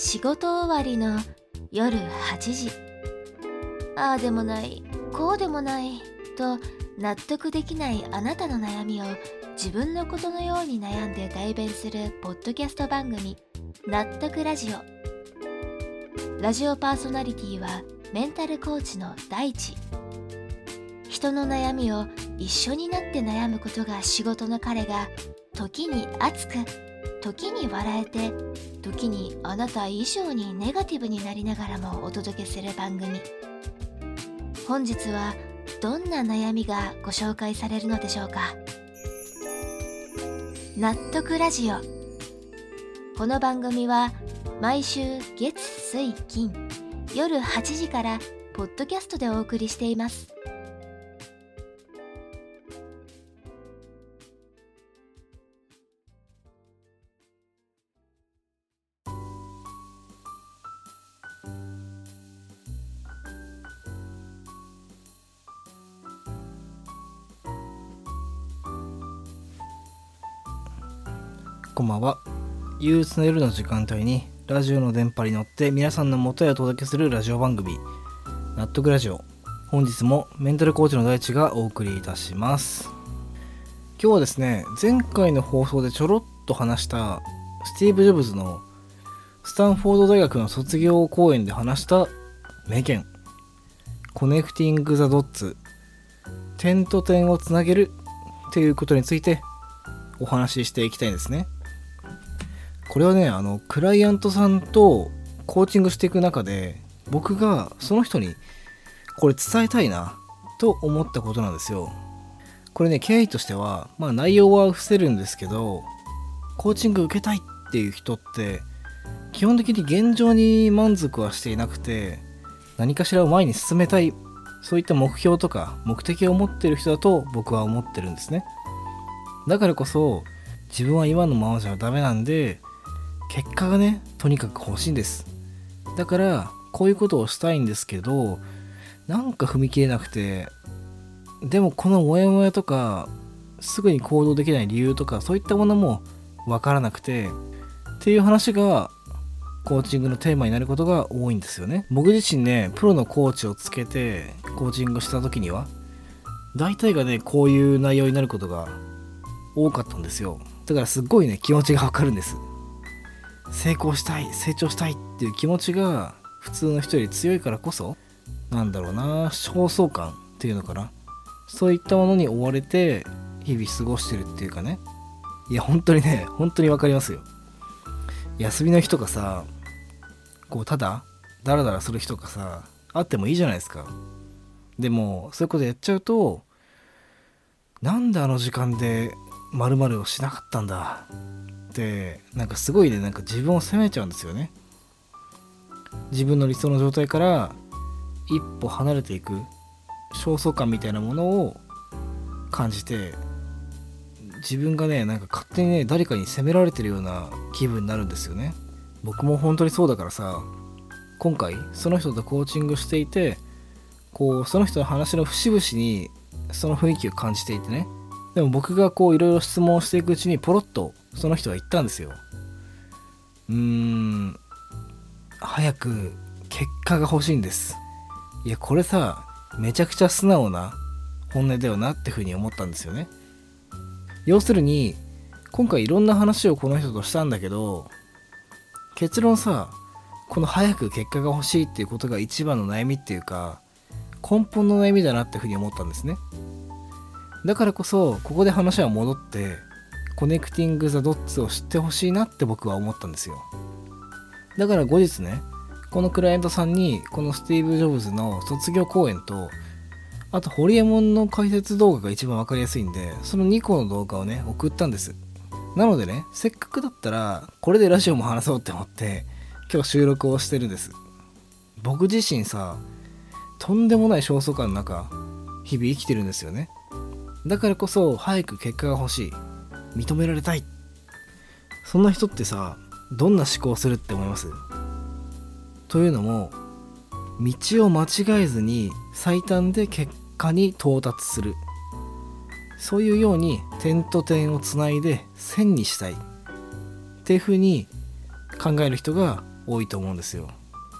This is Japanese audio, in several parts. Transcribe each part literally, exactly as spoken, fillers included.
仕事終わりの夜はちじ、ああでもないこうでもないと納得できないあなたの悩みを自分のことのように悩んで代弁するポッドキャスト番組、納得ラジオ。ラジオパーソナリティはメンタルコーチの大地。人の悩みを一緒になって悩むことが仕事の彼が、時に熱く、時に笑えて、時にあなた以上にネガティブになりながらもお届けする番組。本日はどんな悩みがご紹介されるのでしょうか。納得ラジオ。この番組は毎週月水金夜はちじからポッドキャストでお送りしています。 こんばんは。憂鬱な夜の時間帯にラジオの電波に乗って皆さんの元へお届けするラジオ番組、納得ラジオ。本日もメンタルコーチの大地がお送りいたします。今日はですね、前回の放送でちょろっと話したスティーブ・ジョブズのスタンフォード大学の卒業講演で話した名言、コネクティング・ザ・ドッツ、点と点をつなげるっていうことについてお話ししていきたいんですね。これはね、あのクライアントさんとコーチングしていく中で、僕がその人にこれ伝えたいなと思ったことなんですよ。これね、経緯としては、まあ内容は伏せるんですけど、コーチング受けたいっていう人って基本的に現状に満足はしていなくて、何かしらを前に進めたい、そういった目標とか目的を持っている人だと僕は思ってるんですね。だからこそ自分は今のままじゃダメなんで、結果がねとにかく欲しいんです。だからこういうことをしたいんですけど、なんか踏み切れなくて、でもこのモヤモヤとかすぐに行動できない理由とか、そういったものもわからなくてっていう話がコーチングのテーマになることが多いんですよね。僕自身ね、プロのコーチをつけてコーチングした時には大体がねこういう内容になることが多かったんですよ。だからすっごいね気持ちがわかるんです。成功したい、成長したいっていう気持ちが普通の人より強いからこそ、なんだろうな、焦燥感っていうのかな、そういったものに追われて日々過ごしてるっていうかね。いや本当にね、本当にわかりますよ。休みの日とかさ、こうただダラダラする日とかさあってもいいじゃないですか。でもそういうことやっちゃうと、なんであの時間で〇〇をしなかったんだって、なんかすごいね、なんか自分を責めちゃうんですよね。自分の理想の状態から一歩離れていく焦燥感みたいなものを感じて、自分がねなんか勝手にね誰かに責められてるような気分になるんですよね。僕も本当にそうだからさ、今回その人とコーチングしていて、こうその人の話の節々にその雰囲気を感じていてね、でも僕がこういろいろ質問をしていくうちにポロッとその人が言ったんですよ。うーん早く結果が欲しいんです。いやこれさ、めちゃくちゃ素直な本音だよなってふうに思ったんですよね。要するに今回いろんな話をこの人としたんだけど、結論さ、この早く結果が欲しいっていうことが一番の悩みっていうか、根本の悩みだなってふうに思ったんですね。だからこそここで話は戻ってコネクティング・ザ・ドッツを知ってほしいなって僕は思ったんですよ。だから後日ね、このクライアントさんにこのスティーブ・ジョブズの卒業講演と、あとホリエモンの解説動画が一番わかりやすいんで、そのにこの動画をね送ったんです。なのでね、せっかくだったらこれでラジオも話そうって思って今日収録をしてるんです。僕自身さ、とんでもない焦燥感の中日々生きてるんですよね。だからこそ早く結果が欲しい、認められたい、そんな人ってさ、どんな思考をするって思います？というのも、道を間違えずに最短で結果に到達する、そういうように点と点をつないで線にしたいっていう風に考える人が多いと思うんですよ。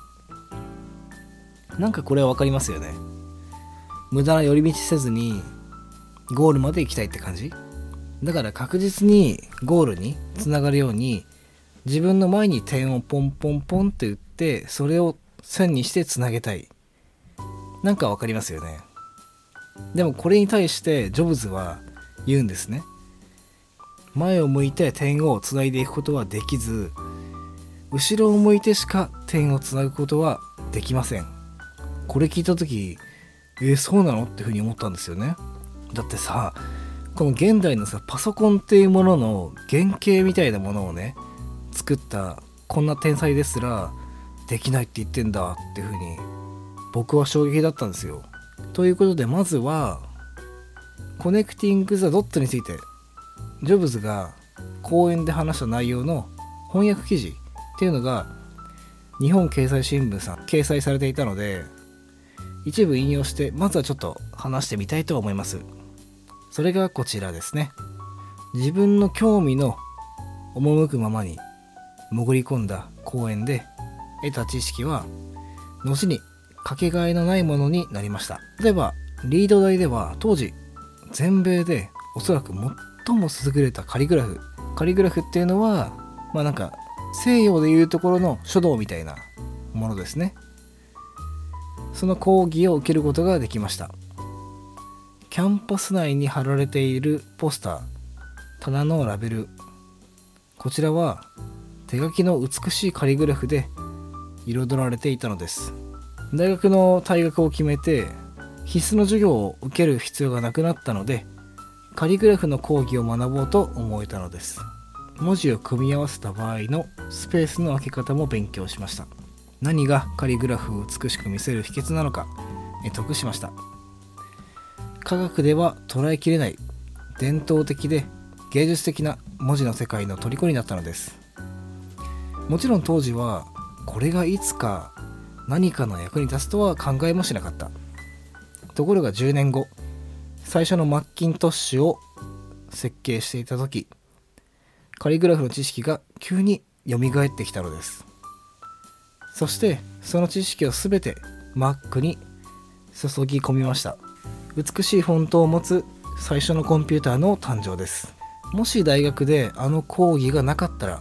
なんかこれは分かりますよね。無駄な寄り道せずにゴールまで行きたいって感じ。だから確実にゴールにつながるように自分の前に点をポンポンポンって打ってそれを線にしてつなげたい。なんか分かりますよね。でもこれに対してジョブズは言うんですね。前を向いて点をつないでいくことはできず、後ろを向いてしか点をつなぐことはできません。これ聞いた時、えー、そうなのっていうふうに思ったんですよね。だってさ、この現代のさパソコンっていうものの原型みたいなものをね作ったこんな天才ですらできないって言ってんだっていうふうに僕は衝撃だったんですよ。ということでまずはコネクティング・ザ・ドットについてジョブズが講演で話した内容の翻訳記事っていうのが日本経済新聞さん掲載されていたので、一部引用してまずはちょっと話してみたいと思います。それがこちらですね。自分の興味の赴くままに潜り込んだ講演で得た知識は後にかけがえのないものになりました。例えばリード大では当時全米でおそらく最も優れたカリグラフカリグラフっていうのはまあなんか西洋でいうところの書道みたいなものですね。その講義を受けることができました。キャンパス内に貼られているポスター、棚のラベル、こちらは手書きの美しいカリグラフで彩られていたのです。大学の退学を決めて必須の授業を受ける必要がなくなったので、カリグラフの講義を学ぼうと思えたのです。文字を組み合わせた場合のスペースの開け方も勉強しました。何がカリグラフを美しく見せる秘訣なのか得しました。科学では捉えきれない伝統的で芸術的な文字の世界の虜になったのです。もちろん当時はこれがいつか何かの役に立つとは考えもしなかった。ところがじゅうねんご、最初のマッキントッシュを設計していた時、カリグラフの知識が急に蘇ってきたのです。そしてその知識をすべて Mac に注ぎ込みました。美しいフォントを持つ最初のコンピューターの誕生です。もし大学であの講義がなかったら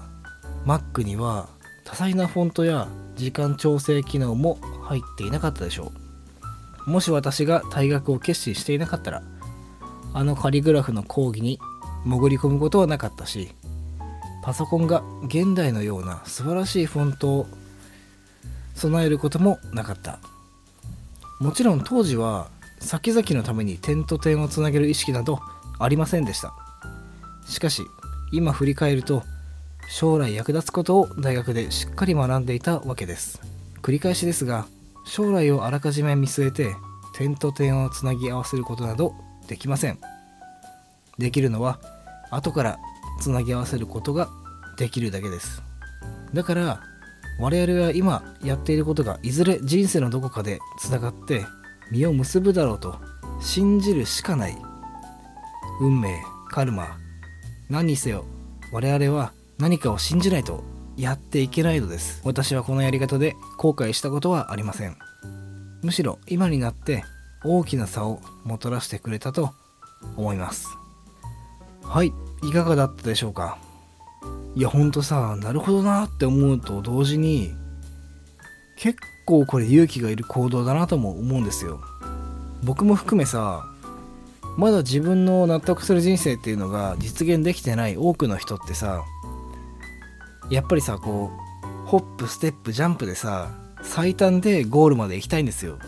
Mac には多彩なフォントや時間調整機能も入っていなかったでしょう。もし私が退学を決心していなかったらあのカリグラフの講義に潜り込むことはなかったし、パソコンが現代のような素晴らしいフォントを備えることもなかった。もちろん当時は先々のために点と点をつなげる意識などありませんでした。しかし今振り返ると将来役立つことを大学でしっかり学んでいたわけです。繰り返しですが、将来をあらかじめ見据えて点と点をつなぎ合わせることなどできません。できるのは後からつなぎ合わせることができるだけです。だから我々は今やっていることがいずれ人生のどこかでつながって実を結ぶだろうと信じるしかない。運命、カルマ、何にせよ我々は何かを信じないとやっていけないのです。私はこのやり方で後悔したことはありません。むしろ今になって大きな差をもたらしてくれたと思います。はい、いかがだったでしょうか。いやほんとさ、なるほどなって思うと同時に結構これ勇気がいる行動だなとも思うんですよ。僕も含めさ、まだ自分の納得する人生っていうのが実現できてない多くの人ってさ、やっぱりさこうホップステップジャンプでさ最短でゴールまで行きたいんですよ。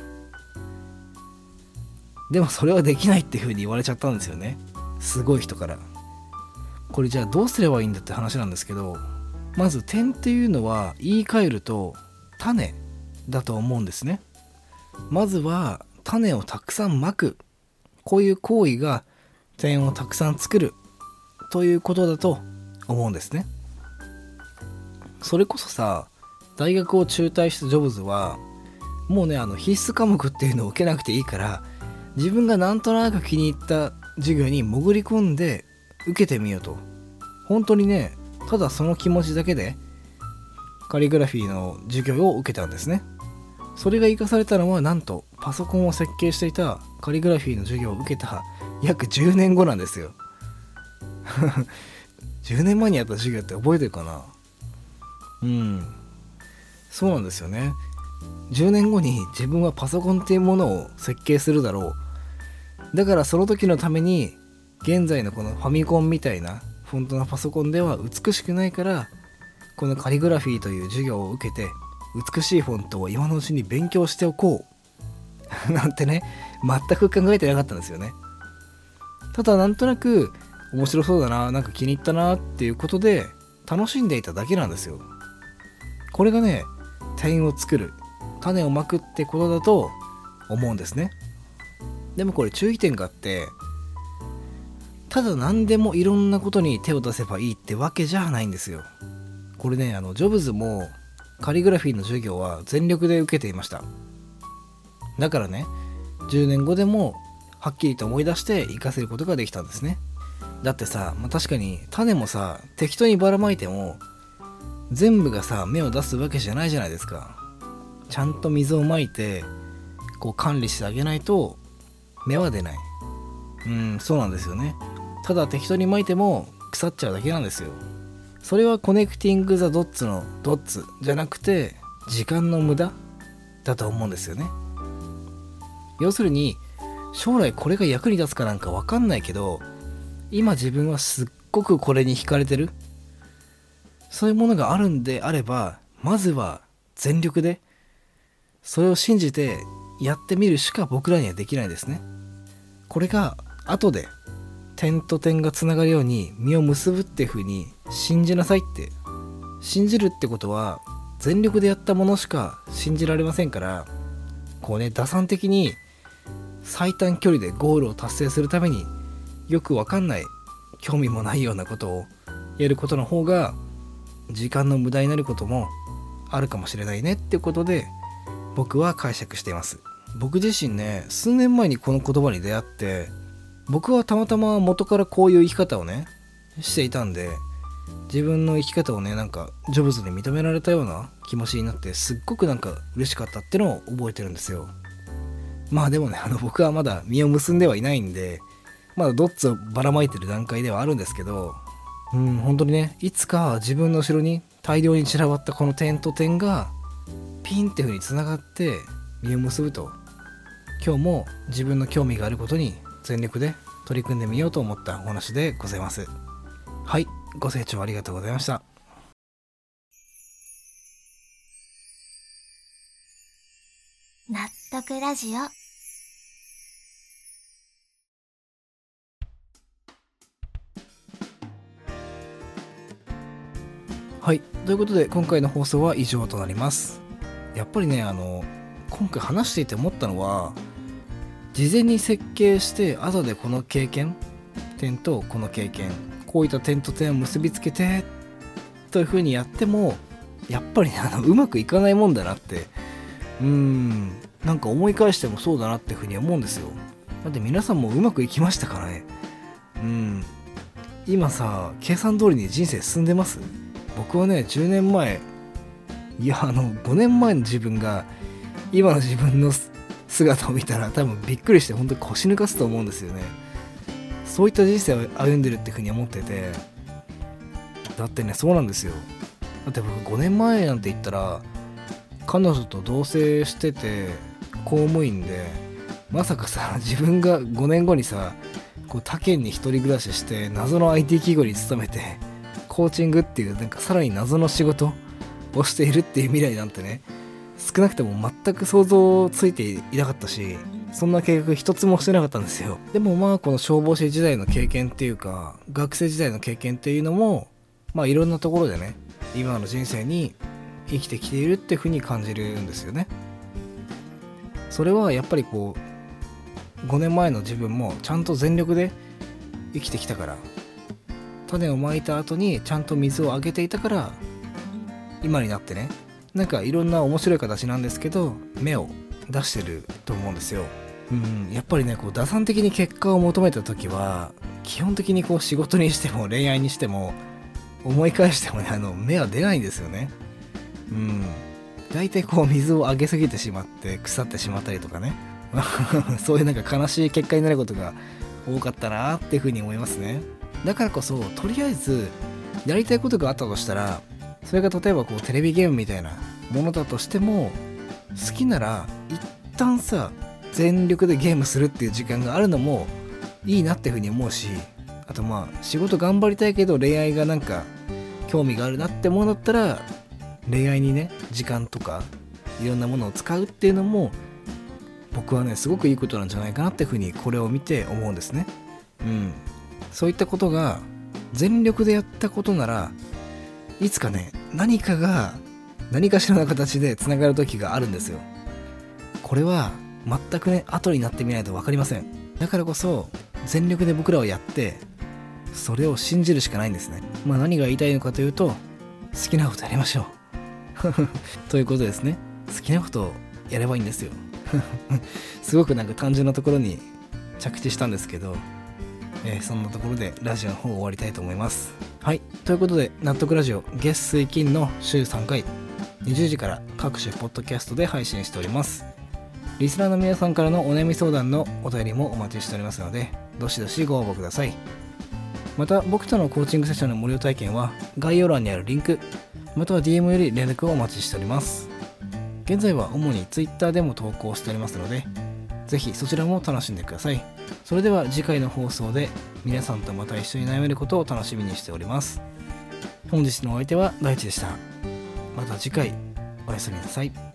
でもそれはできないっていう風に言われちゃったんですよね、すごい人から。これじゃあどうすればいいんだって話なんですけど、まず点っていうのは言い換えると種だと思うんですね。まずは種をたくさんまく、こういう行為が点をたくさん作るということだと思うんですね。それこそさ、大学を中退したジョブズはもうねあの必須科目っていうのを受けなくていいから、自分がなんとなく気に入った授業に潜り込んで受けてみようと。本当にね、ただその気持ちだけでカリグラフィーの授業を受けたんですね。それが生かされたのはなんとパソコンを設計していたカリグラフィーの授業を受けた約じゅうねんごなんですよじゅうねんまえにやった授業って覚えてるかな。うんそうなんですよね。じゅうねんごに自分はパソコンっていうものを設計するだろう。だからその時のために現在のこのファミコンみたいなフォントのパソコンでは美しくないから、このカリグラフィーという授業を受けて美しいフォントを今のうちに勉強しておこうなんてね、全く考えてなかったんですよね。ただなんとなく面白そうだな、なんか気に入ったなっていうことで楽しんでいただけなんですよ。これがね、点を作る、種をまくってことだと思うんですね。でもこれ注意点があって、ただ何でもいろんなことに手を出せばいいってわけじゃないんですよ。これね、あのジョブズもカリグラフィーの授業は全力で受けていました。だからね、じゅうねんごでもはっきりと思い出して活かせることができたんですね。だってさ、まあ、確かに種もさ適当にばらまいても全部がさ芽を出すわけじゃないじゃないですか。ちゃんと水をまいてこう管理してあげないと芽は出ない。うん、そうなんですよね。ただ適当にまいても腐っちゃうだけなんですよ。それはコネクティング・ザ・ドッツのドッツじゃなくて時間の無駄だと思うんですよね。要するに将来これが役に立つかなんか分かんないけど、今自分はすっごくこれに惹かれてる、そういうものがあるんであれば、まずは全力でそれを信じてやってみるしか僕らにはできないですね。これが後で点と点がつながるように実を結ぶっていう風に信じなさいって。信じるってことは全力でやったものしか信じられませんから、こうね、打算的に最短距離でゴールを達成するためによくわかんない、興味もないようなことをやることの方が時間の無駄になることもあるかもしれないねっていうことで僕は解釈しています。僕自身ね、数年前にこの言葉に出会って、僕はたまたま元からこういう生き方をねしていたんで、自分の生き方をねなんかジョブズに認められたような気持ちになって、すっごくなんか嬉しかったってのを覚えてるんですよ。まあでもね、あの僕はまだ実を結んではいないんで、まだドッツをばらまいてる段階ではあるんですけど、うん本当にね、いつか自分の後ろに大量に散らばったこの点と点がピンって風につながって実を結ぶと、今日も自分の興味があることに全力で取り組んでみようと思ったお話でございます。はい、ご清聴ありがとうございました。 納得ラジオ。 はい、ということで今回の放送は以上となります。やっぱりね、あの今回話していて思ったのは、事前に設計して後でこの経験点とこの経験、こういった点と点を結びつけてという風にやってもやっぱり、ね、あのうまくいかないもんだなって、うーんなんか思い返してもそうだなっていう風に思うんですよ。だって皆さんもうまくいきましたからね。うん今さ計算通りに人生進んでます？僕はねじゅうねんまえ、いやあのごねんまえの自分が今の自分の姿を見たら多分びっくりして本当に腰抜かすと思うんですよね。そういった人生を歩んでるっていうふうに思ってて、だってねそうなんですよ。だって僕ごねんまえなんて言ったら彼女と同棲してて公務員で、まさかさ自分がごねんごにさこう他県に一人暮らしして謎の アイティー 企業に勤めてコーチングっていうなんかさらに謎の仕事をしているっていう未来なんてね、少なくとも全く想像ついていなかったし、そんな計画一つもしてなかったんですよ。でもまあこの消防士時代の経験っていうか学生時代の経験っていうのもまあいろんなところでね今の人生に生きてきているっていう風に感じるんですよね。それはやっぱりこうごねんまえの自分もちゃんと全力で生きてきたから、種をまいた後にちゃんと水をあげていたから今になってね、なんかいろんな面白い形なんですけど芽を出してると思うんですよ。うんやっぱりねこう打算的に結果を求めた時は基本的にこう仕事にしても恋愛にしても思い返してもねあの芽は出ないんですよね。 うん大体こう水をあげすぎてしまって腐ってしまったりとかねそういうなんか悲しい結果になることが多かったなっていうふうに思いますね。だからこそとりあえずやりたいことがあったとしたら、それが例えばこうテレビゲームみたいなものだとしても、好きなら一旦さ全力でゲームするっていう時間があるのもいいなっていうふうに思うし、あとまあ仕事頑張りたいけど恋愛がなんか興味があるなってものだったら、恋愛にね時間とかいろんなものを使うっていうのも僕はねすごくいいことなんじゃないかなっていうふうにこれを見て思うんですね。うんそういったことが全力でやったことなら、いつかね何かが何かしらの形でつながる時があるんですよ。これは全くね後になってみないと分かりません。だからこそ全力で僕らはやってそれを信じるしかないんですね。まあ何が言いたいのかというと、好きなことやりましょうということですね。好きなことをやればいいんですよすごくなんか単純なところに着地したんですけど、えー、そんなところでラジオの方を終わりたいと思います。はいということで、納得ラジオ月水金の週さんかいにじゅうじから各種ポッドキャストで配信しております。リスナーの皆さんからのお悩み相談のお便りもお待ちしておりますので、どしどしご応募ください。また僕とのコーチングセッションの無料体験は概要欄にあるリンクまたは ディーエム より連絡をお待ちしております。現在は主に Twitter でも投稿しておりますので、ぜひそちらも楽しんでください。それでは次回の放送で皆さんとまた一緒に悩めることを楽しみにしております。本日のお相手は大地でした。また次回おやすみなさい。